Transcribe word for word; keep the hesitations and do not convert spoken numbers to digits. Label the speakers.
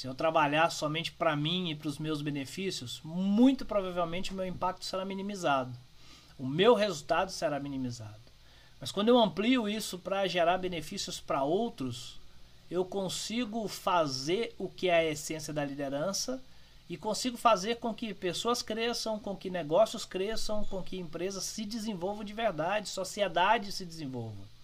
Speaker 1: Se eu trabalhar somente para mim e para os meus benefícios, muito provavelmente o meu impacto será minimizado. O meu resultado será minimizado. Mas quando eu amplio isso para gerar benefícios para outros, eu consigo fazer o que é a essência da liderança e consigo fazer com que pessoas cresçam, com que negócios cresçam, com que empresas se desenvolvam de verdade, sociedade se desenvolva.